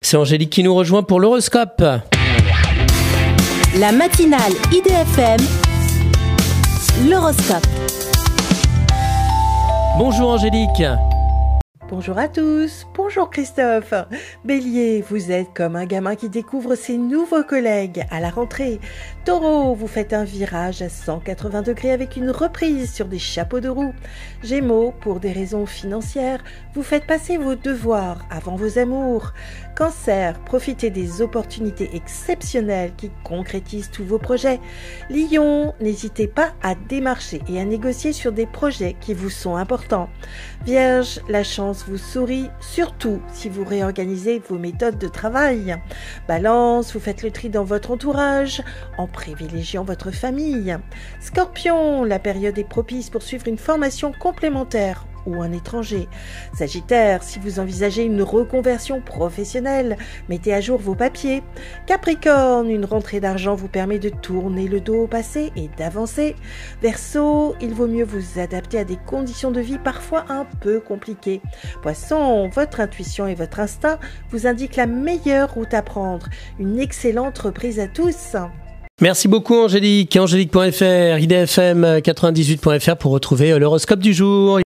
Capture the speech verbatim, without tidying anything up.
C'est Angélique qui nous rejoint pour l'horoscope. La matinale I D F M, l'horoscope. Bonjour Angélique. Bonjour à tous, bonjour Christophe. Bélier, vous êtes comme un gamin qui découvre ses nouveaux collègues à la rentrée. Taureau, vous faites un virage à cent quatre-vingts degrés avec une reprise sur des chapeaux de roue. Gémeaux, pour des raisons financières, vous faites passer vos devoirs avant vos amours. Cancer, profitez des opportunités exceptionnelles qui concrétisent tous vos projets. Lion, n'hésitez pas à démarcher et à négocier sur des projets qui vous sont importants. Vierge, la chance vous sourit, surtout si vous réorganisez vos méthodes de travail. Balance, vous faites le tri dans votre entourage en privilégiant votre famille. Scorpion, la période est propice pour suivre une formation complémentaire ou un étranger. Sagittaire, si vous envisagez une reconversion professionnelle, mettez à jour vos papiers. Capricorne, une rentrée d'argent vous permet de tourner le dos au passé et d'avancer. Verseau, il vaut mieux vous adapter à des conditions de vie parfois un peu compliquées. Poisson, votre intuition et votre instinct vous indiquent la meilleure route à prendre. Une excellente reprise à tous. Merci beaucoup Angélique. Angélique point F R, I D F M quatre-vingt-dix-huit point F R pour retrouver l'horoscope du jour.